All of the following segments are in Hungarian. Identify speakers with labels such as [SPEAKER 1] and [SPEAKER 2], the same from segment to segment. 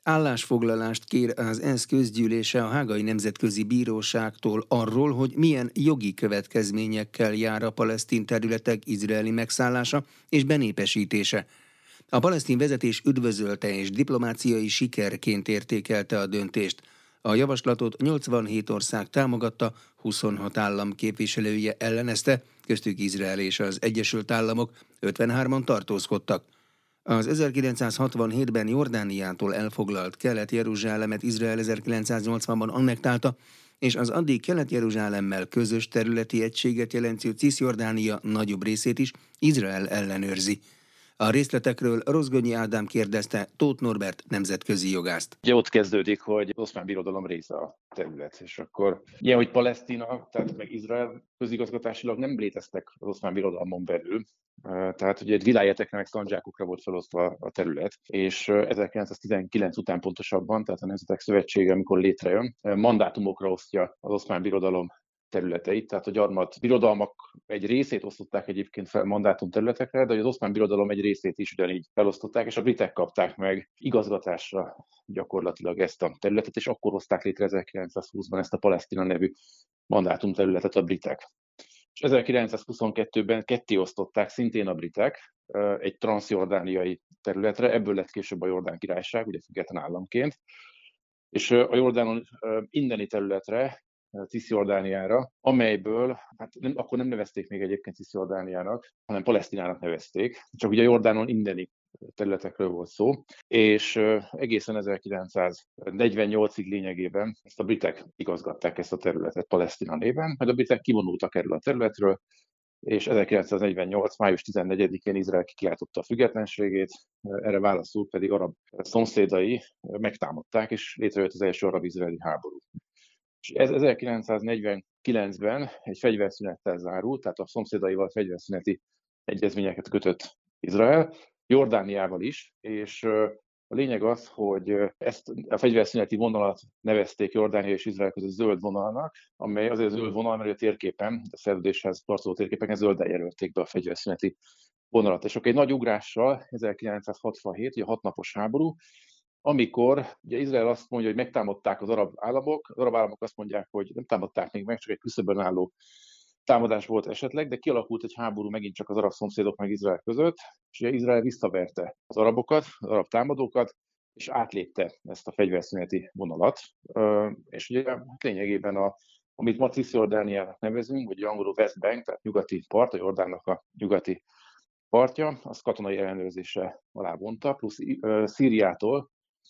[SPEAKER 1] Állásfoglalást kér az ENSZ közgyűlése a Hágai Nemzetközi Bíróságtól arról, hogy milyen jogi következményekkel jár a palesztin területek izraeli megszállása és benépesítése. A palesztin vezetés üdvözölte és diplomáciai sikerként értékelte a döntést. A javaslatot 87 ország támogatta, 26 állam képviselője ellenezte, köztük Izrael és az Egyesült Államok, 53-an tartózkodtak. Az 1967-ben Jordániától elfoglalt Kelet-Jeruzsálemet Izrael 1980-ban annektálta, és az addig Kelet-Jeruzsálemmel közös területi egységet jelentő Cisjordánia nagyobb részét is Izrael ellenőrzi. A részletekről Rozgonyi Ádám kérdezte Tóth Norbert nemzetközi jogászt.
[SPEAKER 2] Ugye ott kezdődik, hogy az Oszmán Birodalom része a terület, és akkor ilyen, hogy Palesztina, tehát meg Izrael közigazgatásilag nem léteztek az Oszmán Birodalmon belül, tehát ugye egy vilájetekre, meg szandzsákokra volt felosztva a terület, és 1919 után pontosabban, tehát a Nemzetek Szövetsége, amikor létrejön, mandátumokra osztja az Oszmán Birodalom területeit, tehát a gyarmat birodalmak egy részét osztották egyébként fel mandátum területekre, de az Oszmán Birodalom egy részét is ugyanígy felosztották, és a britek kapták meg igazgatásra gyakorlatilag ezt a területet, és akkor hozták létre 1920-ban ezt a Palesztina nevű mandátum területet a britek. És 1922-ben ketté osztották szintén a britek egy transzjordániai területre, ebből lett később a Jordán Királyság, ugye független államként, és a Jordánon inneni területre, Cisjordániára, amelyből, akkor nem nevezték még egyébként Cisjordániának, hanem Palesztinának nevezték, csak ugye a Jordánon inneni területekről volt szó, és egészen 1948-ig lényegében ezt a britek igazgatták ezt a területet Palesztina néven, majd a britek kivonultak erről a területről, és 1948. május 14-én Izrael kikiáltotta a függetlenségét, erre válaszul pedig arab szomszédai megtámadták, és létrejött az első arab-izraeli háború. És ez 1949-ben egy fegyverszünettel zárult, tehát a szomszédaival fegyverszüneti egyezményeket kötött Izrael, Jordániával is, és a lényeg az, hogy ezt a fegyverszüneti vonalat nevezték Jordánia és Izrael között zöld vonalnak, amely azért zöld vonal, mert a térképen, a szerződéshez tartozó térképeken zölden jelölték be a fegyverszüneti vonalat. És akkor egy nagy ugrással 1967, ugye a 6 napos háború, amikor ugye Izrael azt mondja, hogy megtámadták az arab államok azt mondják, hogy nem támadták még meg, csak egy küszöbön álló támadás volt esetleg, de kialakult egy háború megint csak az arab szomszédok meg Izrael között, és ugye Izrael visszaverte az arabokat, az arab támadókat, és átlépte ezt a fegyverszüneti vonalat. És ugye lényegében amit ma Cisjordániának nevezünk, vagy angolul West Bank, tehát nyugati part, a Jordánnak a nyugati partja, azt katonai ellenőrzése alá vonta, plusz Szíriától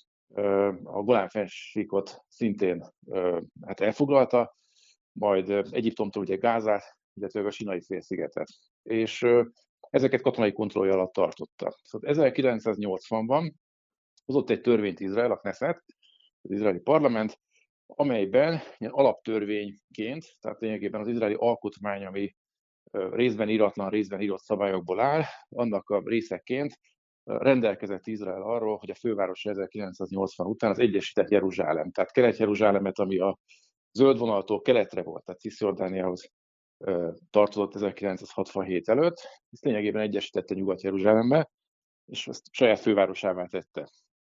[SPEAKER 2] a Golán-fennsíkot szintén elfoglalta, majd Egyiptomtól ugye Gázát, illetve a Sinai félszigetet. És ezeket katonai kontrollja alatt tartotta. Szóval 1980-ban hozott egy törvényt Izrael, a Knesset, az izraeli parlament, amelyben ilyen alaptörvényként, tehát lényegében az izraeli alkotmány, ami részben íratlan, részben írott szabályokból áll, annak a részeként rendelkezett Izrael arról, hogy a főváros 1980 után az Egyesített Jeruzsálem, tehát Kelet-Jeruzsálemet, ami a zöld vonaltól keletre volt, tehát Cisjordániához tartozott 1967 előtt, ezt lényegében egyesítette Nyugat-Jeruzsálembe, és azt saját fővárosává tette.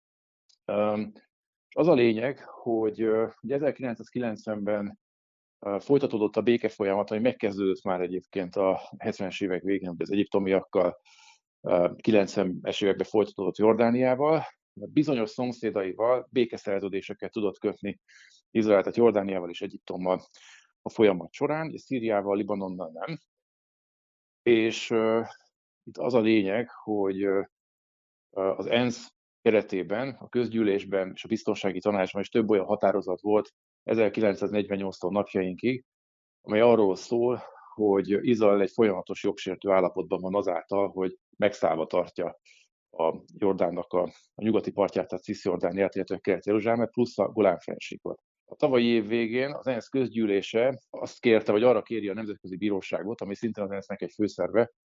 [SPEAKER 2] És az a lényeg, hogy 1990-ben folytatódott a béke folyamat, ami megkezdődött már egyébként a 70-es évek végén, az egyiptomiakkal, 90-es években folytatódott Jordániával, bizonyos szomszédaival békeszerződéseket tudott kötni Izrael, tehát Jordániával és Egyiptommal a folyamat során, és Szíriával, Libanonnal nem. És itt az a lényeg, hogy az ENSZ keretében, a közgyűlésben és a biztonsági tanácsban is több olyan határozat volt 1948-tól napjainkig, amely arról szól, hogy Izrael egy folyamatos jogsértő állapotban van azáltal, hogy megszállva tartja a Jordánnak a nyugati partját, tehát Cisjordániát, illetve Kelet-Jeruzsálemet, plusz a Golán-fennsíkot. A tavalyi év végén az ENSZ közgyűlése azt kérte, vagy arra kéri a Nemzetközi Bíróságot, ami szintén az ENSZ-nek egy főszerve,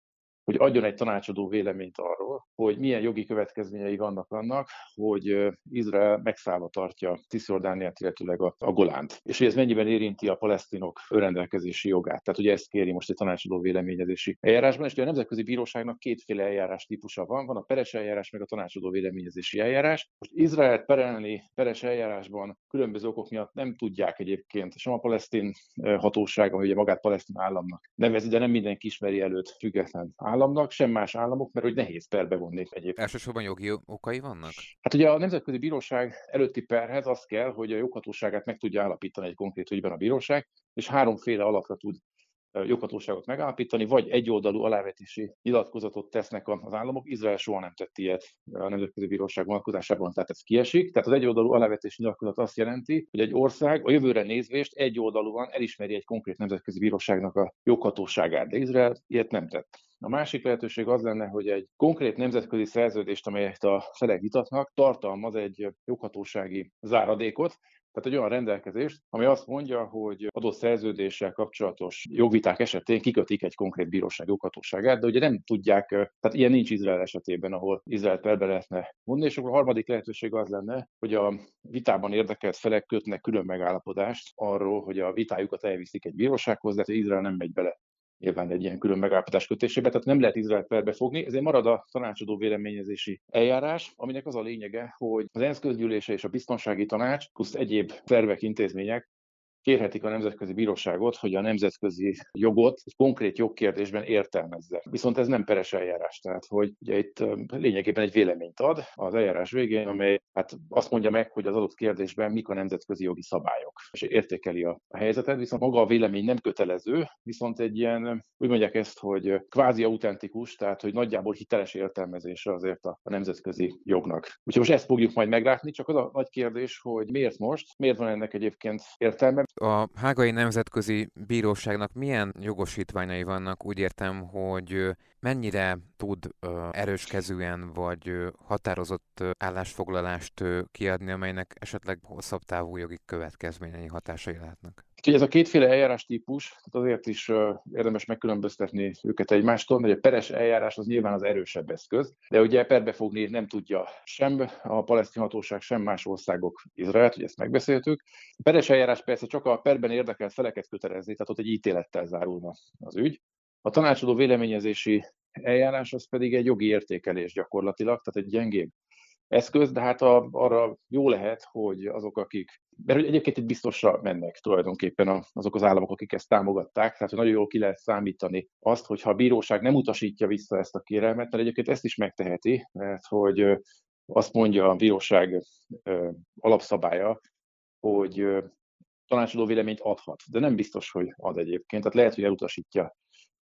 [SPEAKER 2] hogy adjon egy tanácsadó véleményt arról, hogy milyen jogi következményei vannak annak, hogy Izrael megszállva tartja Ciszjordániát, illetőleg a Golánt. És hogy ez mennyiben érinti a palesztinok önrendelkezési jogát. Tehát ugye ezt kéri most egy tanácsadó véleményezési eljárásban, és ugye a Nemzetközi Bíróságnak kétféle eljárás típusa van a peres eljárás, meg a tanácsadó véleményezési eljárás. Most Izraelt perelni peres eljárásban különböző okok miatt nem tudják egyébként sem a palesztin hatóság, ahogy ugye magát palesztin államnak nevezi, de nem mindenki ismeri előtt független államnak, sem más államok, mert hogy nehéz perbe vonni egyébként.
[SPEAKER 3] Elsősorban jogi okai vannak?
[SPEAKER 2] Hát ugye a Nemzetközi Bíróság előtti perhez az kell, hogy a joghatóságát meg tudja állapítani egy konkrét ügyben a bíróság, és háromféle alapra tud joghatóságot megállapítani, vagy egyoldalú alávetési nyilatkozatot tesznek az államok. Izrael soha nem tett ilyet a Nemzetközi Bíróság vonatkozásában, tehát ez kiesik. Tehát az egyoldalú alávetési nyilatkozat azt jelenti, hogy egy ország a jövőre nézvést egyoldalúan elismeri egy konkrét nemzetközi bíróságnak a joghatóságát, de Izrael ilyet nem tett. A másik lehetőség az lenne, hogy egy konkrét nemzetközi szerződést, amelyet a felek vitatnak, tartalmaz egy joghatósági záradékot, tehát egy olyan rendelkezést, ami azt mondja, hogy adott szerződéssel kapcsolatos jogviták esetén kikötik egy konkrét bíróság joghatóságát, de ugye nem tudják, tehát ilyen nincs Izrael esetében, ahol Izrael perbe lehetne vonni, és akkor a harmadik lehetőség az lenne, hogy a vitában érdekelt felek kötnek külön megállapodást arról, hogy a vitájukat elviszik egy bírósághoz, de Izrael nem megy bele nyilván egy ilyen külön megállapodás kötésébe, tehát nem lehet Izraelt perbe fogni, ezért marad a tanácsadó véleményezési eljárás, aminek az a lényege, hogy az ENSZ közgyűlése és a biztonsági tanács plusz egyéb szervek, intézmények kérhetik a Nemzetközi Bíróságot, hogy a nemzetközi jogot egy konkrét jogkérdésben értelmezze. Viszont ez nem peres eljárás, tehát hogy ugye itt lényegében egy véleményt ad az eljárás végén, amely hát azt mondja meg, hogy az adott kérdésben mik a nemzetközi jogi szabályok, és értékeli a helyzetet, viszont maga a vélemény nem kötelező, viszont egy ilyen, úgy mondják ezt, hogy kvázi autentikus, tehát hogy nagyjából hiteles értelmezése azért a nemzetközi jognak. Úgyhogy most ezt fogjuk majd meglátni, csak az a nagy kérdés, hogy miért most, miért van ennek egyébként értelme.
[SPEAKER 3] A Hágai Nemzetközi Bíróságnak milyen jogosítványai vannak? Úgy értem, hogy mennyire tud erőskezűen vagy határozott állásfoglalást kiadni, amelynek esetleg hosszabb távú jogi következményei, hatásai lehetnek?
[SPEAKER 2] Úgyhogy ez a kétféle eljárástípus, tehát azért is érdemes megkülönböztetni őket egymástól, mert a peres eljárás az nyilván az erősebb eszköz, de ugye perbe fogni nem tudja sem a palesztin hatóság, sem más országok Izraelt, hogy ezt megbeszéltük. A peres eljárás persze csak a perben érdekelt feleket kötelezi, tehát ott egy ítélettel zárulna az ügy. A tanácsadó véleményezési eljárás az pedig egy jogi értékelés gyakorlatilag, tehát egy gyengébb eszköz, de hát arra jó lehet, hogy azok, mert egyébként itt biztosra mennek tulajdonképpen azok az államok, akik ezt támogatták, tehát hogy nagyon jól ki lehet számítani azt, hogyha a bíróság nem utasítja vissza ezt a kérelmet, mert egyébként ezt is megteheti, mert hogy azt mondja a bíróság alapszabálya, hogy tanácsadó véleményt adhat, de nem biztos, hogy ad egyébként, tehát lehet, hogy elutasítja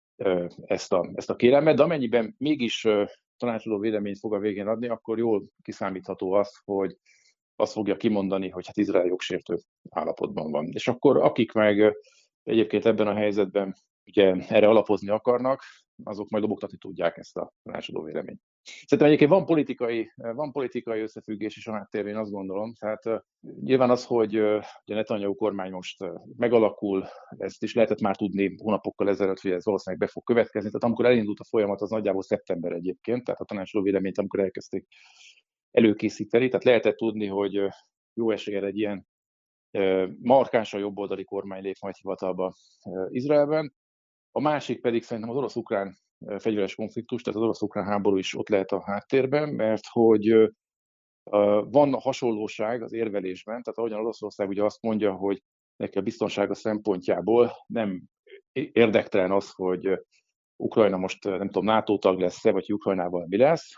[SPEAKER 2] ezt a kérelmet, de amennyiben mégis tanácsadó véleményt fog a végén adni, akkor jól kiszámítható az, hogy azt fogja kimondani, hogy hát Izrael jogsértő állapotban van. És akkor akik meg egyébként ebben a helyzetben ugye erre alapozni akarnak, azok majd lobogtatni tudják ezt a tanácsadó véleményt. Szerintem egyébként van politikai összefüggés is a háttérben, azt gondolom. Tehát nyilván az, hogy a Netanyahu kormány most megalakul, ezt is lehetett már tudni hónapokkal ezelőtt, hogy ez valószínűleg be fog következni. Tehát amikor elindult a folyamat, az nagyjából szeptember egyébként, tehát a tanácsadó véleményt, amikor elkezdték előkészíteni, tehát lehetett tudni, hogy jó eséllyel egy ilyen markánsan jobboldali kormány lép majd hivatalba Izraelben. A másik pedig szerintem az orosz-ukrán fegyveres konfliktus, tehát az orosz-ukrán háború is ott lehet a háttérben, mert hogy van hasonlóság az érvelésben, tehát ahogyan Oroszország ugye azt mondja, hogy neki a biztonsága szempontjából nem érdektelen az, hogy Ukrajna most nem tudom, NATO tag lesz-e, vagy Ukrajnával mi lesz.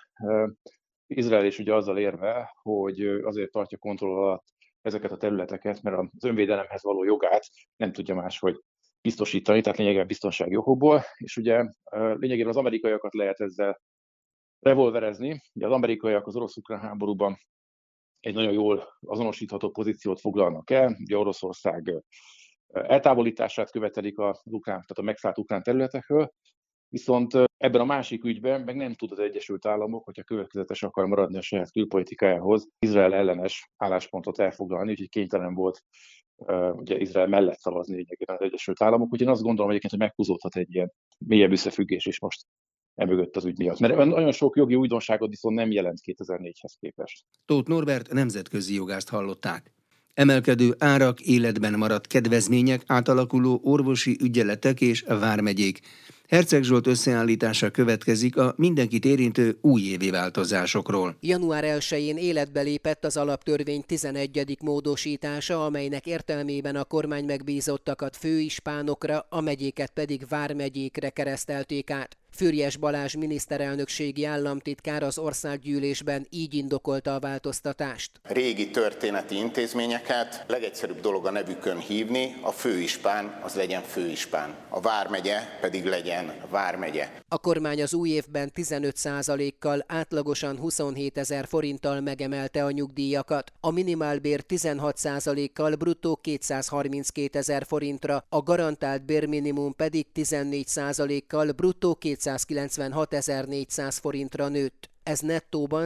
[SPEAKER 2] Izrael is ugye azzal érve, hogy azért tartja kontroll alatt ezeket a területeket, mert az önvédelemhez való jogát nem tudja máshogy biztosítani, tehát lényegében biztonsági okokból, és ugye lényegében az amerikaiakat lehet ezzel revolverezni. Ugye az amerikaiak az orosz-ukrán háborúban egy nagyon jól azonosítható pozíciót foglalnak el, ugye Oroszország eltávolítását követelik az ukrán, tehát a megszállt ukrán területekről, viszont ebben a másik ügyben meg nem tud az Egyesült Államok, hogyha következetes akar maradni a saját külpolitikájához, Izrael ellenes álláspontot elfoglalni, úgyhogy kénytelen volt ugye Izrael mellett szavazni lényegében az Egyesült Államok. Úgyhogy én azt gondolom egyébként, hogy meghúzódhat egy ilyen mélyebb összefüggés is most. emögött az ügy miatt. Mert nagyon sok jogi újdonságot viszont nem jelent 2004-hez képest.
[SPEAKER 1] Tóth Norbert nemzetközi jogászt hallották. Emelkedő árak, életben maradt kedvezmények, átalakuló orvosi ügyeletek és vármegyék. Herceg Zsolt összeállítása következik a mindenkit érintő újévi változásokról.
[SPEAKER 4] Január 1-én életbe lépett az alaptörvény 11. módosítása, amelynek értelmében a kormány megbízottakat főispánokra, a megyéket pedig vármegyékre keresztelték át. Füriyes Balázs miniszterelnökségi államtitkár az országgyűlésben így indokolta a változtatást.
[SPEAKER 5] Régi történeti intézményeket legegyszerűbb dolog a nevükön hívni, a főispán az legyen főispán, a vármegye pedig legyen vármegye.
[SPEAKER 4] A kormány az új évben 15%-kal, átlagosan 27 000 forinttal megemelte a nyugdíjakat, a minimálbér 16%-kal bruttó 232 000 forintra, a garantált bérminimum pedig 14%-kal bruttó 296 400 forintra nőtt. Ez nettóban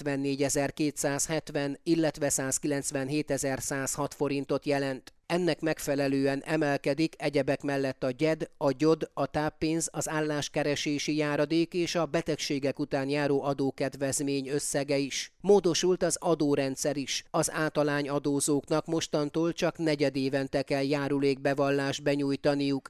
[SPEAKER 4] 154 270, illetve 197 106 forintot jelent. Ennek megfelelően emelkedik egyebek mellett a gyed, a gyod, a táppénz, az álláskeresési járadék és a betegségek után járó adókedvezmény összege is. Módosult az adórendszer is. Az általány adózóknak mostantól csak negyedévente kell járulékbevallást benyújtaniuk.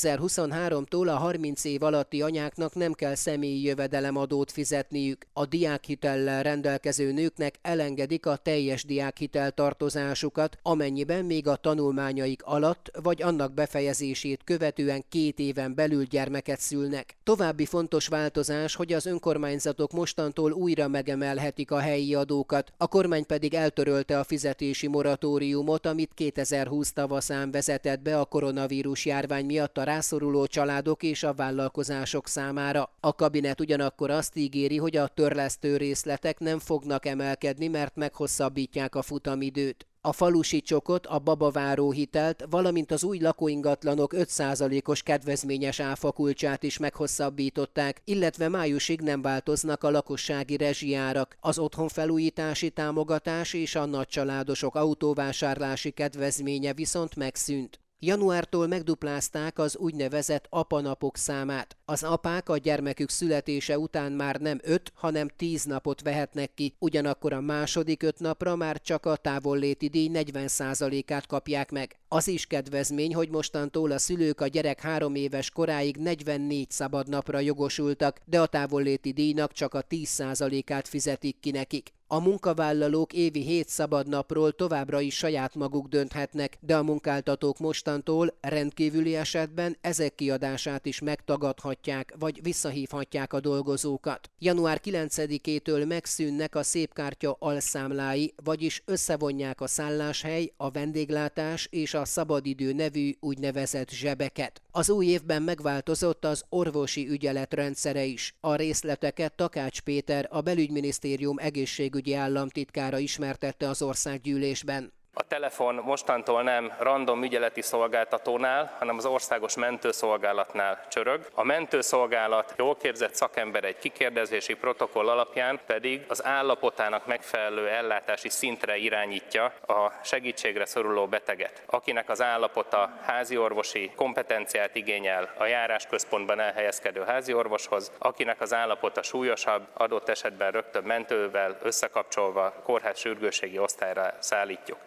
[SPEAKER 4] 2023-tól a 30 év alatti anyáknak nem kell személyi jövedelemadót fizetniük. A diákhitellel rendelkező nőknek elengedik a teljes diákhitel tartozásukat, amennyiben még a tanulmányaik alatt vagy annak befejezését követően 2 éven belül gyermeket szülnek. További fontos változás, hogy az önkormányzatok mostantól újra megemelhetik a helyi adókat, a kormány pedig eltörölte a fizetési moratóriumot, amit 2020 tavaszán vezetett be a koronavírus járvány miatt a rászoruló családok és a vállalkozások számára. A kabinet ugyanakkor azt ígéri, hogy a törlesztő részletek nem fognak emelkedni, mert meghosszabbítják a futamidőt. A falusi csokot, a babaváró hitelt, valamint az új lakóingatlanok 5%-os kedvezményes áfakulcsát is meghosszabbították, illetve májusig nem változnak a lakossági rezsijárak. Az otthonfelújítási támogatás és a nagycsaládosok autóvásárlási kedvezménye viszont megszűnt. Januártól megduplázták az úgynevezett apanapok számát. Az apák a gyermekük születése után már nem 5, hanem 10 napot vehetnek ki, ugyanakkor a második 5 napra már csak a távolléti díj 40%-át kapják meg. Az is kedvezmény, hogy mostantól a szülők a gyerek 3 éves koráig 44 szabadnapra jogosultak, de a távolléti díjnak csak a 10%-át fizetik ki nekik. A munkavállalók évi 7 szabadnapról továbbra is saját maguk dönthetnek, de a munkáltatók mostantól rendkívüli esetben ezek kiadását is megtagadhatják, vagy visszahívhatják a dolgozókat. Január 9-től megszűnnek a szépkártya alszámlái, vagyis összevonják a szálláshely, a vendéglátás és a szabadidő nevű úgynevezett zsebeket. Az új évben megváltozott az orvosi ügyelet rendszere is. A részleteket Takács Péter, a Belügyminisztérium egészségügyi államtitkára ismertette az országgyűlésben.
[SPEAKER 6] A telefon mostantól nem random ügyeleti szolgáltatónál, hanem az országos mentőszolgálatnál csörög. A mentőszolgálat jól képzett szakember egy kikérdezési protokoll alapján pedig az állapotának megfelelő ellátási szintre irányítja a segítségre szoruló beteget. Akinek az állapota háziorvosi kompetenciát igényel a járásközpontban elhelyezkedő háziorvoshoz, akinek az állapota súlyosabb, adott esetben rögtön mentővel összekapcsolva kórház sürgősségi osztályra szállítjuk.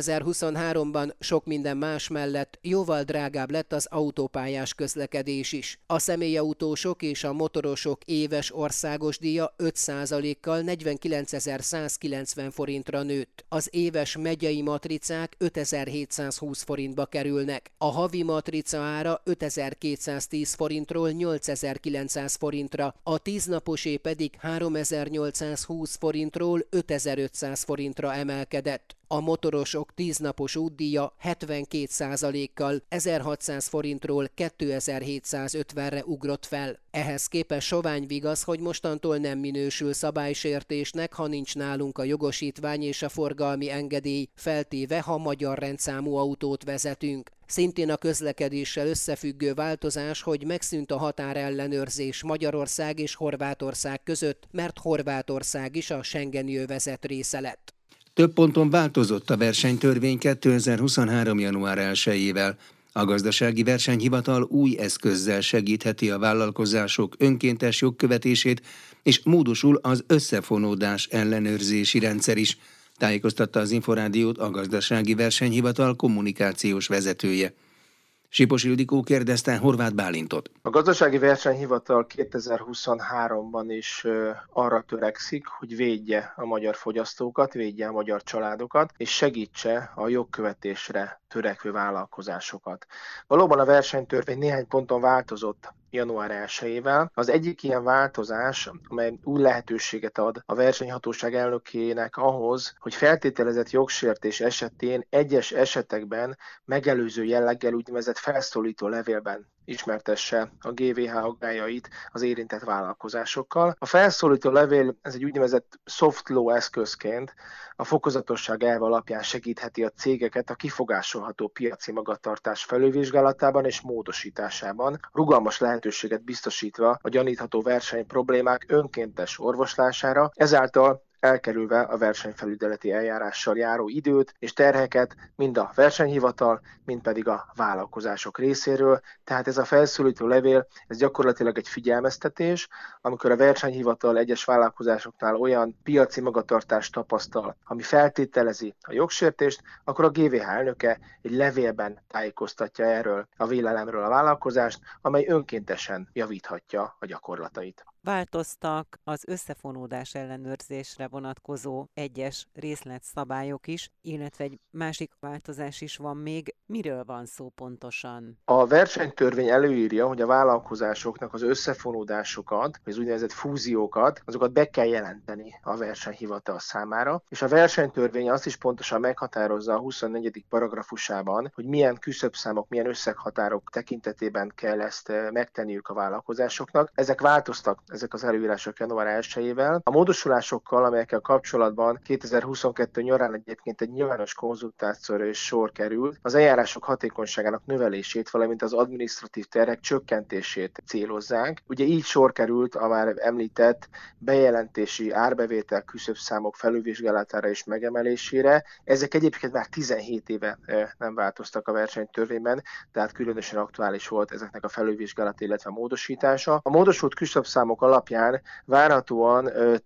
[SPEAKER 4] 2023-ban sok minden más mellett jóval drágább lett az autópályás közlekedés is. A személyautósok és a motorosok éves országos díja 5%-kal 49 190 forintra nőtt. Az éves megyei matricák 5720 forintba kerülnek. A havi matrica ára 5210 forintról 8900 forintra, a 10 naposé pedig 3820 forintról 5500 forintra emelkedett. A motorosok 10 napos útdíja 72%-kal 1600 forintról 2750-re ugrott fel. Ehhez képest sovány vigasz, hogy mostantól nem minősül szabálysértésnek, ha nincs nálunk a jogosítvány és a forgalmi engedély, feltéve, ha magyar rendszámú autót vezetünk. Szintén a közlekedéssel összefüggő változás, hogy megszűnt a határellenőrzés Magyarország és Horvátország között, mert Horvátország is a schengeni övezet része lett.
[SPEAKER 1] Több ponton változott a versenytörvény 2023. január 1-ével. A Gazdasági Versenyhivatal új eszközzel segítheti a vállalkozások önkéntes jogkövetését, és módosul az összefonódás ellenőrzési rendszer is, tájékoztatta az Inforádiót a Gazdasági Versenyhivatal kommunikációs vezetője. Sipos Ildikó kérdezte Horváth Bálintot.
[SPEAKER 7] A Gazdasági Versenyhivatal 2023-ban is arra törekszik, hogy védje a magyar fogyasztókat, védje a magyar családokat, és segítse a jogkövetésre törekvő vállalkozásokat. Valóban a versenytörvény néhány ponton változott január 1-ével. Az egyik ilyen változás, amely új lehetőséget ad a versenyhatóság elnökének ahhoz, hogy feltételezett jogsértés esetén egyes esetekben megelőző jelleggel úgynevezett felszólító levélben ismertesse a GVH aggályait az érintett vállalkozásokkal. A felszólító levél, ez egy úgynevezett soft law eszközként a fokozatosság elve alapján segítheti a cégeket a kifogásolható piaci magatartás felülvizsgálatában és módosításában, rugalmas lehetőséget biztosítva a gyanítható verseny problémák önkéntes orvoslására, ezáltal elkerülve a versenyfelügyeleti eljárással járó időt és terheket mind a versenyhivatal, mind pedig a vállalkozások részéről. Tehát ez a felszólító levél, ez gyakorlatilag egy figyelmeztetés, amikor a versenyhivatal egyes vállalkozásoknál olyan piaci magatartást tapasztal, ami feltételezi a jogsértést, akkor a GVH elnöke egy levélben tájékoztatja erről a vélelemről a vállalkozást, amely önkéntesen javíthatja a gyakorlatait.
[SPEAKER 8] Változtak az összefonódás ellenőrzésre vonatkozó egyes részletszabályok is, illetve egy másik változás is van még. Miről van szó pontosan?
[SPEAKER 7] A versenytörvény előírja, hogy a vállalkozásoknak az összefonódásokat, vagy az úgynevezett fúziókat, azokat be kell jelenteni a versenyhivatal számára, és a versenytörvény azt is pontosan meghatározza a 24. paragrafusában, hogy milyen küszöbszámok, milyen összeghatárok tekintetében kell ezt megtenniük a vállalkozásoknak. Ezek változtak, ezek az előírások január 1-ével. A módosulásokkal, amelyekkel kapcsolatban 2022 nyarán egyébként egy nyilvános konzultációra is sor került, az eljárások hatékonyságának növelését, valamint az adminisztratív terhek csökkentését célozzák. Ugye így sor került a már említett bejelentési árbevétel küszöbszámok felülvizsgálatára és megemelésére. Ezek egyébként már 17 éve nem változtak a versenytörvényben, tehát különösen aktuális volt ezeknek a felülvizsgálata, illetve a módosítása. A módosult küszöbszámok alapján várhatóan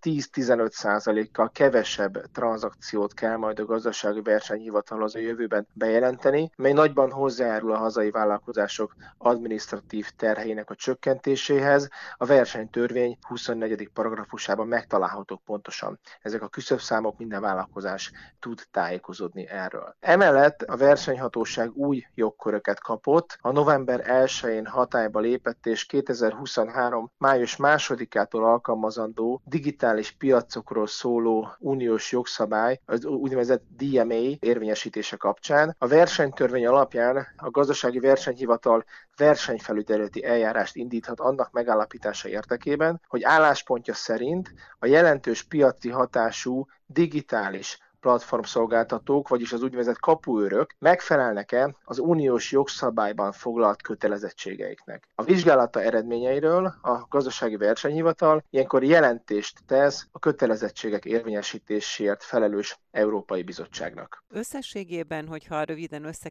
[SPEAKER 7] 10-15%-kal kevesebb tranzakciót kell majd a Gazdasági Versenyhivatalhoz a jövőben bejelenteni, mely nagyban hozzájárul a hazai vállalkozások adminisztratív terheinek a csökkentéséhez. A versenytörvény 24. paragrafusában megtalálhatók pontosan ezek a küszöbszámok, minden vállalkozás tud tájékozódni erről. Emellett a versenyhatóság új jogköröket kapott, a november 1-én hatályba lépett és 2023. május 2-ától alkalmazandó digitális piacokról szóló uniós jogszabály, az úgynevezett DMA érvényesítése kapcsán. A versenytörvény alapján a Gazdasági Versenyhivatal versenyfelügyeleti eljárást indíthat annak megállapítása érdekében, hogy álláspontja szerint a jelentős piaci hatású digitális platformszolgáltatók, vagyis az úgynevezett kapuőrök megfelelnek-e az uniós jogszabályban foglalt kötelezettségeiknek. A vizsgálata eredményeiről a Gazdasági Versenyhivatal ilyenkor jelentést tesz a kötelezettségek érvényesítéséért felelős Európai Bizottságnak.
[SPEAKER 8] Összességében, hogyha röviden össze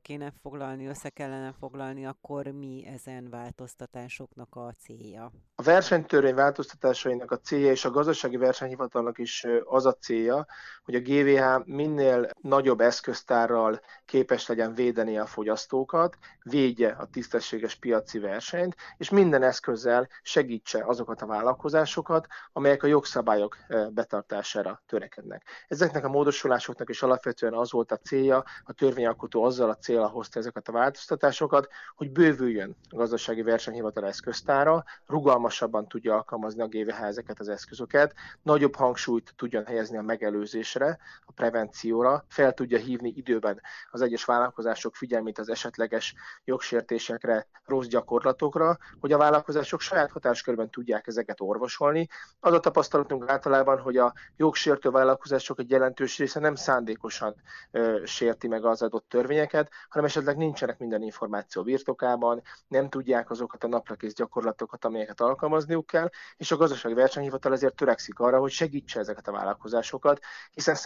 [SPEAKER 8] kellene foglalni, akkor mi ezen változtatásoknak a célja?
[SPEAKER 7] A versenytörvény változtatásainak a célja, és a Gazdasági Versenyhivatalnak is az a célja, hogy a GVH minél nagyobb eszköztárral képes legyen védeni a fogyasztókat, védje a tisztességes piaci versenyt, és minden eszközzel segítse azokat a vállalkozásokat, amelyek a jogszabályok betartására törekednek. Ezeknek a módosulásoknak is alapvetően az volt a célja, a törvényalkotó azzal a célra hozta ezeket a változtatásokat, hogy bővüljön a Gazdasági Versenyhivatal eszköztára, rugalmasabban tudja alkalmazni a GVH ezeket az eszközöket, nagyobb hangsúlyt tudjon helyezni a megelőzésre, a prevencióra, fel tudja hívni időben az egyes vállalkozások figyelmét az esetleges jogsértésekre, rossz gyakorlatokra, hogy a vállalkozások saját hatáskörben tudják ezeket orvosolni. Az a tapasztalatunk általában, hogy a jogsértő vállalkozások egy jelentős része nem szándékosan sérti meg az adott törvényeket, hanem esetleg nincsenek minden információ birtokában, nem tudják azokat a naprakész gyakorlatokat, amelyeket alkalmazniuk kell, és a Gazdasági Versenyhivatal ezért törekszik arra, hogy segítse ezeket a vállalkozásokat, hiszen számunkra egyébként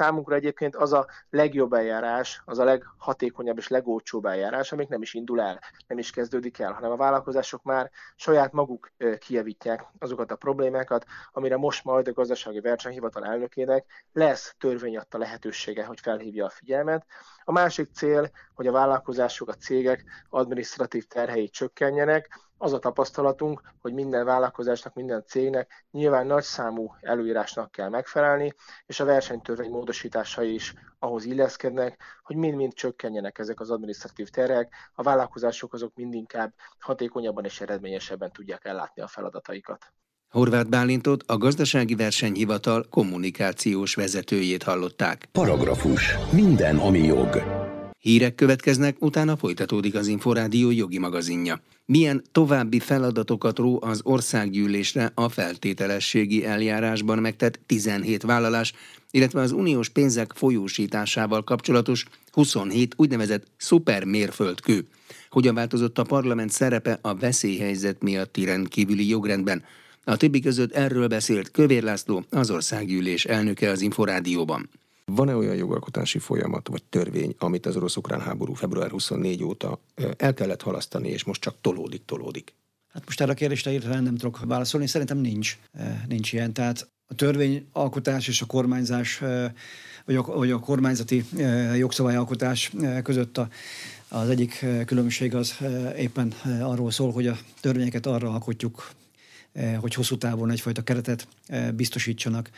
[SPEAKER 7] egyébként az a legjobb eljárás, az a leghatékonyabb és legolcsóbb eljárás, amik nem is indul el, nem is kezdődik el, hanem a vállalkozások már saját maguk kijavítják azokat a problémákat, amire most majd a Gazdasági Versenyhivatal elnökének lesz törvény adta lehetősége, hogy felhívja a figyelmet. A másik cél, hogy a vállalkozások, a cégek adminisztratív terhei csökkenjenek. Az a tapasztalatunk, hogy minden vállalkozásnak, minden cégnek nyilván nagy számú előírásnak kell megfelelni, és a versenytörvény módosításai is ahhoz illeszkednek, hogy mind-mind csökkenjenek ezek az adminisztratív terhek, a vállalkozások azok mindinkább hatékonyabban és eredményesebben tudják ellátni a feladataikat.
[SPEAKER 1] Horváth Bálintot, a Gazdasági Versenyhivatal kommunikációs vezetőjét hallották.
[SPEAKER 9] Paragrafus. Minden, ami jog.
[SPEAKER 1] Hírek következnek, utána folytatódik az Inforádió jogi magazinja. Milyen további feladatokat ró az országgyűlésre a feltételességi eljárásban megtett 17 vállalás, illetve az uniós pénzek folyósításával kapcsolatos 27 úgynevezett szupermérföldkő. Hogyan változott a parlament szerepe a veszélyhelyzet miatti rendkívüli jogrendben? A többi között erről beszélt Kövér László, az országgyűlés elnöke az Inforádióban.
[SPEAKER 10] Van-e olyan jogalkotási folyamat vagy törvény, amit az orosz-ukrán háború február 24 óta el kellett halasztani, és most csak tolódik?
[SPEAKER 11] Hát most erre a kérdésre hirtelen nem tudok válaszolni, szerintem nincs ilyen. Tehát a törvényalkotás és a kormányzás, vagy a kormányzati jogszabályalkotás között az egyik különbség az éppen arról szól, hogy a törvényeket arra alkotjuk, hogy hosszú távon egyfajta keretet biztosítsanak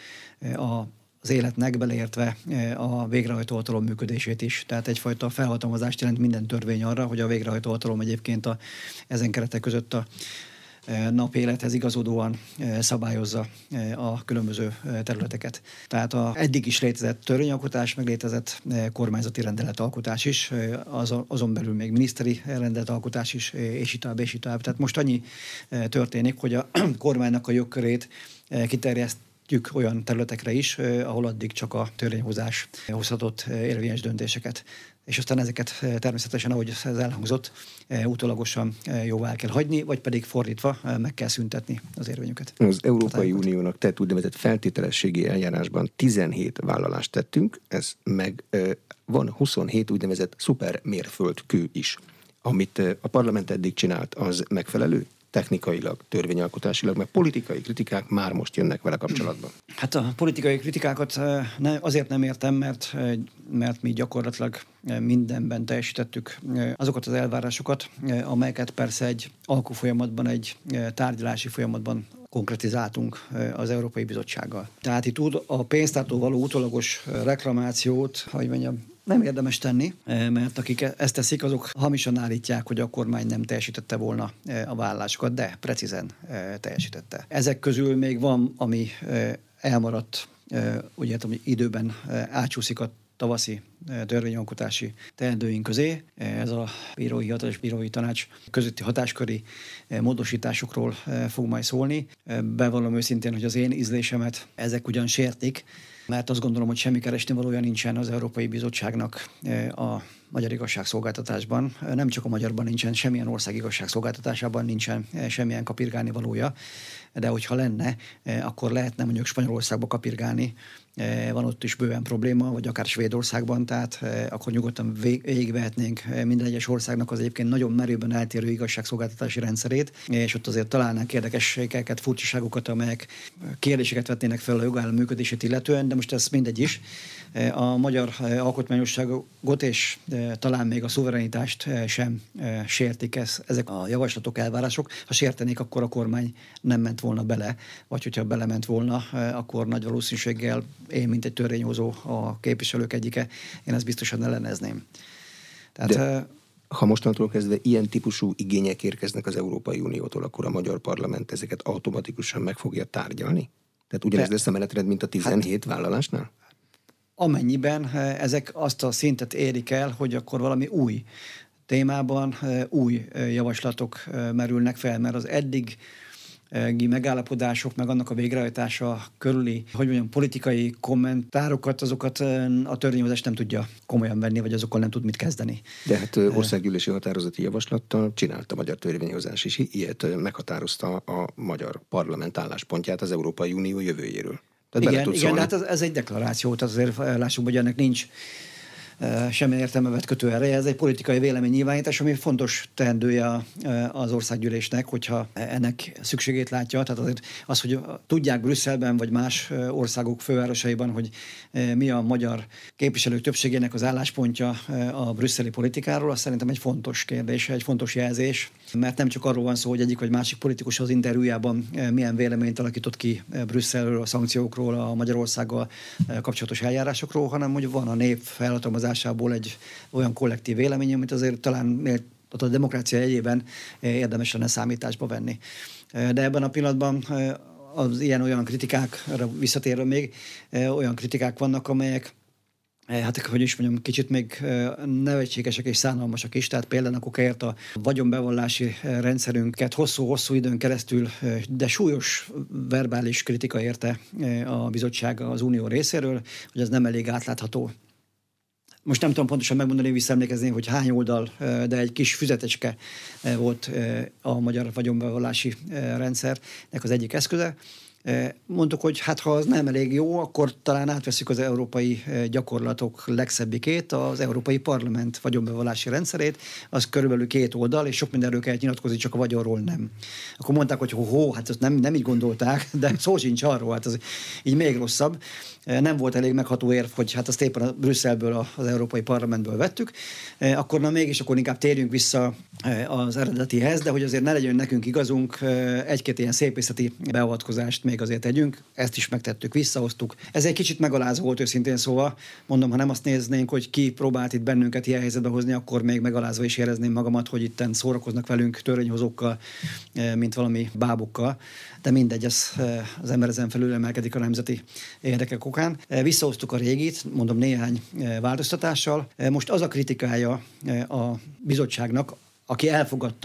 [SPEAKER 11] az életnek, beleértve a végrehajtó hatalom működését is. Tehát egyfajta felhatalmazást jelent minden törvény arra, hogy a végrehajtó hatalom egyébként ezen keretek között a napélethez igazodóan szabályozza a különböző területeket. Tehát eddig is létezett törvényalkotás, meg létezett kormányzati rendeletalkotás is, azon belül még miniszteri rendeletalkotás is, és így tovább. Tehát most annyi történik, hogy a kormánynak a jogkörét kiterjesztjük olyan területekre is, ahol addig csak a törvényhozás hozhatott érvényes döntéseket. És aztán ezeket természetesen, ahogy ez elhangzott, utólagosan jóvá kell hagyni, vagy pedig fordítva meg kell szüntetni az érvényüket.
[SPEAKER 10] Az Európai Uniónak tett úgynevezett feltételességi eljárásban 17 vállalást tettünk, ez meg van 27 úgynevezett szupermérföldkő is. Amit a parlament eddig csinált, az megfelelő? Technikailag, törvényalkotásilag, mert politikai kritikák már most jönnek vele kapcsolatban.
[SPEAKER 11] Hát a politikai kritikákat azért nem értem, mert mi gyakorlatilag mindenben teljesítettük azokat az elvárásokat, amelyeket persze egy alkufolyamatban, egy tárgyalási folyamatban konkretizáltunk az Európai Bizottsággal. Tehát itt a pénztártól való utólagos reklamációt, hogy mondjam, nem érdemes tenni, mert akik ezt teszik, azok hamisan állítják, hogy a kormány nem teljesítette volna a vállalásokat, de precízen teljesítette. Ezek közül még van, ami elmaradt, ugye hogy időben átsúszik a tavaszi törvényalkotási teendőink közé. Ez a bírói hivatal és bírói tanács közötti hatásköri módosításokról fog majd szólni. Bevallom őszintén, hogy az én ízlésemet ezek ugyan sértik, mert azt gondolom, hogy semmi keresnivalója nincsen az Európai Bizottságnak a magyar igazságszolgáltatásban. Nem csak a magyarban nincsen, semmilyen ország igazságszolgáltatásában nincsen semmilyen kapirgálni valója, de hogyha lenne, akkor lehetne mondjuk Spanyolországba kapirgálni, van ott is bőven probléma, vagy akár Svédországban, tehát akkor nyugodtan végigvehetnénk minden egyes országnak az egyébként nagyon merőben eltérő igazságszolgáltatási rendszerét, és ott azért találnánk érdekességeket, furcsaságokat, amelyek kérdéseket vetnének fel a jogállam működését illetően, de most ez mindegy is. A magyar alkotmányosságot és talán még a szuverenitást sem sértik ezek a javaslatok, elvárások. Ha sértenék, akkor a kormány nem ment volna bele, vagy hogyha belement volna, akkor nagy valószínűséggel én, mint egy törvényhozó, a képviselők egyike, én ezt biztosan ellenezném. Tehát,
[SPEAKER 10] de ha mostantól kezdve ilyen típusú igények érkeznek az Európai Uniótól, akkor a magyar parlament ezeket automatikusan meg fogja tárgyalni? Tehát ugyanez lesz a menetrend, mint a 17 vállalásnál?
[SPEAKER 11] Amennyiben ezek azt a szintet érik el, hogy akkor valami új témában új javaslatok merülnek fel, mert az eddigi megállapodások, meg annak a végrehajtása körüli, hogy mondjam, politikai kommentárokat, azokat a törvényhozás nem tudja komolyan venni, vagy azokkal nem tud mit kezdeni.
[SPEAKER 10] De hát országgyűlési határozati javaslattal csinálta a magyar törvényhozás is, ilyet meghatározta a magyar parlament álláspontját az Európai Unió jövőjéről.
[SPEAKER 11] Igen, hát ez egy deklaráció, tehát azért lássuk, hogy ennek nincs semmi értelme vett kötő ereje. Ez egy politikai véleménynyilvánítás, ami fontos teendője az országgyűlésnek, hogyha ennek szükségét látja. Tehát azért az, hogy tudják Brüsszelben vagy más országok fővárosaiban, hogy mi a magyar képviselők többségének az álláspontja a brüsszeli politikáról, az szerintem egy fontos kérdés, egy fontos jelzés, mert nem csak arról van szó, hogy egyik vagy másik politikus az interjújában milyen véleményt alakított ki Brüsszelről, a szankciókról, a Magyarországgal kapcsolatos eljárásokról, hanem hogy van a nép felhatalmazásából egy olyan kollektív vélemény, amit azért talán a demokrácia jegyében érdemes lenne számításba venni. De ebben a pillanatban az ilyen-olyan kritikákra visszatérve még olyan kritikák vannak, amelyek hát, hogy is mondjam, kicsit még nevetségesek és szánalmasak is. Tehát például a kokáért a vagyonbevallási rendszerünket hosszú-hosszú időn keresztül, de súlyos verbális kritika érte a bizottság az Unió részéről, hogy ez nem elég átlátható. Most nem tudom pontosan megmondani, visszaemlékezni, hogy hány oldal, de egy kis füzetecske volt a magyar vagyonbevallási rendszernek az egyik eszköze. Mondtuk, hogy hát ha az nem elég jó, akkor talán átveszük az európai gyakorlatok legszebbikét, az Európai Parlament vagyonbevallási rendszerét, az körülbelül 2 oldal, és sok mindenről kell nyilatkozni, csak a vagyonról nem. Akkor mondták, hogy hát ezt nem így gondolták, de szó sincs arról, hát az így még rosszabb. Nem volt elég megható érv, hogy hát azt éppen a Brüsszelből, az Európai Parlamentből vettük, akkor inkább térjünk vissza az eredetihez, de hogy azért ne legyen nekünk igazunk, egy-két ilyen szépészeti beavatkozást még azért tegyünk, ezt is megtettük, visszahoztuk. Ez egy kicsit megalázó volt őszintén szóval, mondom, ha nem azt néznénk, hogy ki próbált itt bennünket ilyen helyzetbe hozni, akkor még megalázva is érezném magamat, hogy itten szórakoznak velünk törvényhozókkal, mint valami bábukkal. De mindegy, az ember ezen felül emelkedik a nemzeti érdekek okán. Visszahoztuk a régit, mondom néhány változtatással. Most az a kritikája a bizottságnak, aki elfogadta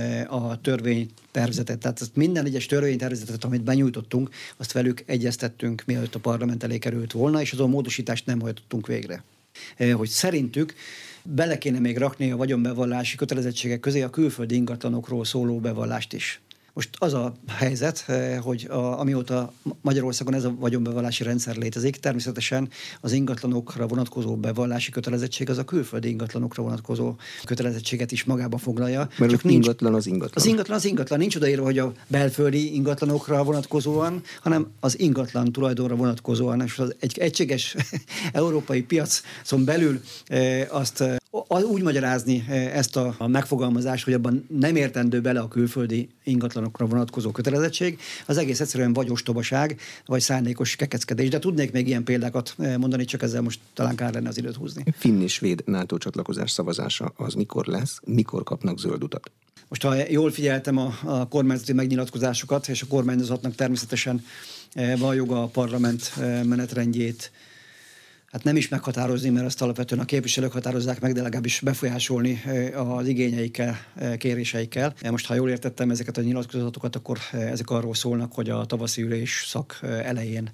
[SPEAKER 11] a törvénytervezetet, tehát minden egyes törvénytervezetet, amit benyújtottunk, azt velük egyeztettünk, mielőtt a parlament elé került volna, és azon módosítást nem hajtottunk végre. Hogy szerintük bele kéne még rakni a vagyonbevallási kötelezettségek közé a külföldi ingatlanokról szóló bevallást is. Most az a helyzet, hogy amióta Magyarországon ez a vagyonbevallási rendszer létezik, természetesen az ingatlanokra vonatkozó bevallási kötelezettség az a külföldi ingatlanokra vonatkozó kötelezettséget is magába foglalja.
[SPEAKER 10] Mert csak ingatlan az ingatlan.
[SPEAKER 11] Az ingatlan. Nincs odaírva, hogy a belföldi ingatlanokra vonatkozóan, hanem az ingatlan tulajdonra vonatkozóan. És egy egységes európai piacon belül azt úgy magyarázni ezt a megfogalmazást, hogy abban nem értendő bele a külföldi ingatlanokra vonatkozó kötelezettség, az egész egyszerűen vagy ostobaság, vagy szándékos kekeckedés. De tudnék még ilyen példákat mondani, csak ezzel most talán kár lenne az időt húzni.
[SPEAKER 10] Finn és svéd NATO csatlakozás szavazása az mikor lesz, mikor kapnak zöld utat?
[SPEAKER 11] Most ha jól figyeltem a kormányzati megnyilatkozásokat, és a kormányzatnak természetesen van joga a parlament menetrendjét hát nem is meghatározni, mert ezt alapvetően a képviselők határozzák meg, de legalábbis befolyásolni az igényeikkel, kéréseikkel. Most, ha jól értettem ezeket a nyilatkozatokat, akkor ezek arról szólnak, hogy a tavaszi ülés szak elején,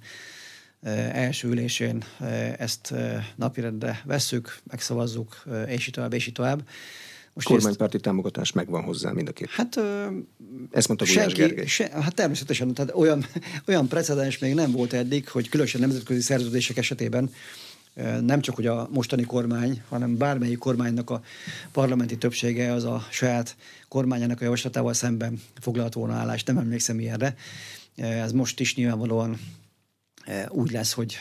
[SPEAKER 11] első ülésén ezt napirendre vesszük, megszavazzuk, és így tovább.
[SPEAKER 10] Most kormánypárti támogatás megvan hozzá mind a két.
[SPEAKER 11] Hát
[SPEAKER 10] ezt mondta Gulyás Gergely.
[SPEAKER 11] Hát természetesen, tehát olyan precedens még nem volt eddig, hogy különösen nemzetközi szerződések esetében nem csak hogy a mostani kormány, hanem bármelyik kormánynak a parlamenti többsége az a saját kormányának a javaslatával szemben foglalt volna állást. Nem emlékszem ilyenre. Ez most is nyilvánvalóan úgy lesz, hogy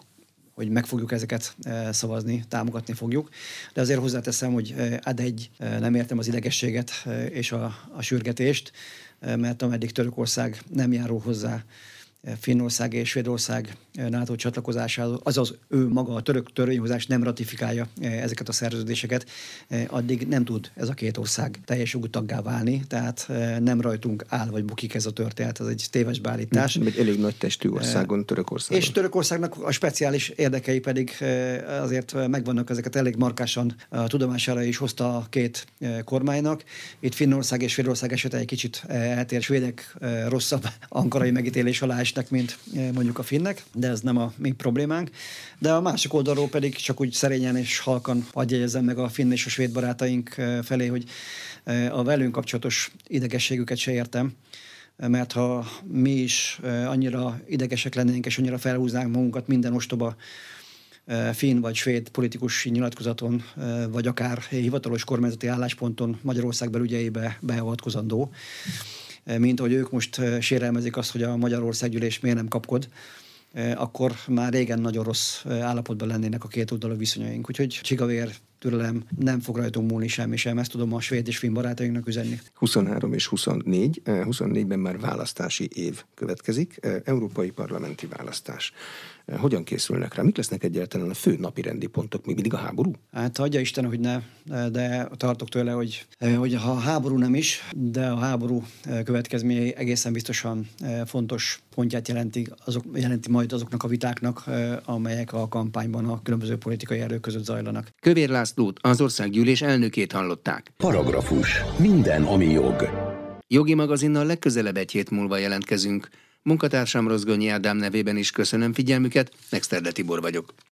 [SPEAKER 11] meg fogjuk ezeket szavazni, támogatni fogjuk. De azért hozzáteszem, hogy nem értem az idegességet és a sürgetést, mert ameddig Törökország nem járul hozzá Finnország és Svédország NATO csatlakozásához, azaz ő maga a török törvényhozás nem ratifikálja ezeket a szerződéseket, addig nem tud ez a két ország teljes jogú taggá válni, tehát nem rajtunk áll vagy bukik ez a történet, ez egy téves beállítás.
[SPEAKER 10] Egy elég nagy testű országon, Törökországon.
[SPEAKER 11] És Törökországnak a speciális érdekei pedig azért megvannak, ezeket elég markásan tudomására is hozta a két kormánynak. Itt Finnország és Svédország esete egy kicsit eltér, svédek rosszabb ankarai megítélés alá esnek, mint mondjuk a finnek, de ez nem a mi problémánk. De a másik oldalról pedig csak úgy szerényen és halkan adjegyezem meg a finn és a svéd barátaink felé, hogy a velünk kapcsolatos idegességüket se értem, mert ha mi is annyira idegesek lennénk, és annyira felhúznánk magunkat minden ostoba finn vagy svéd politikus nyilatkozaton, vagy akár hivatalos kormányzati állásponton Magyarország belügyeibe beavatkozandó, mint hogy ők most sérelmezik azt, hogy a Magyarországgyűlés miért nem kapkod, akkor már régen nagyon rossz állapotban lennének a kétoldalú viszonyaink. Úgyhogy csigavér, türelem, nem fog rajtunk múlni semmi sem, ezt tudom a svéd és finn barátainknak üzenni.
[SPEAKER 10] 23 és 24, 24-ben már választási év következik, európai parlamenti választás. Hogyan készülnek rá? Mik lesznek egyáltalán a fő napirendi pontok? Még mindig a háború?
[SPEAKER 11] Hát adja Isten, hogy ne, de tartok tőle, hogy ha a háború nem is, de a háború következményei egészen biztosan fontos pontját jelenti majd azoknak a vitáknak, amelyek a kampányban a különböző politikai erők között zajlanak.
[SPEAKER 1] Kövér Lászlót, az országgyűlés elnökét hallották.
[SPEAKER 9] Paragrafus. Minden, ami jog.
[SPEAKER 1] Jogi magazinnal legközelebb egy hét múlva jelentkezünk. Munkatársam Rozgonyi Ádám nevében is köszönöm figyelmüket, Exterde Tibor vagyok.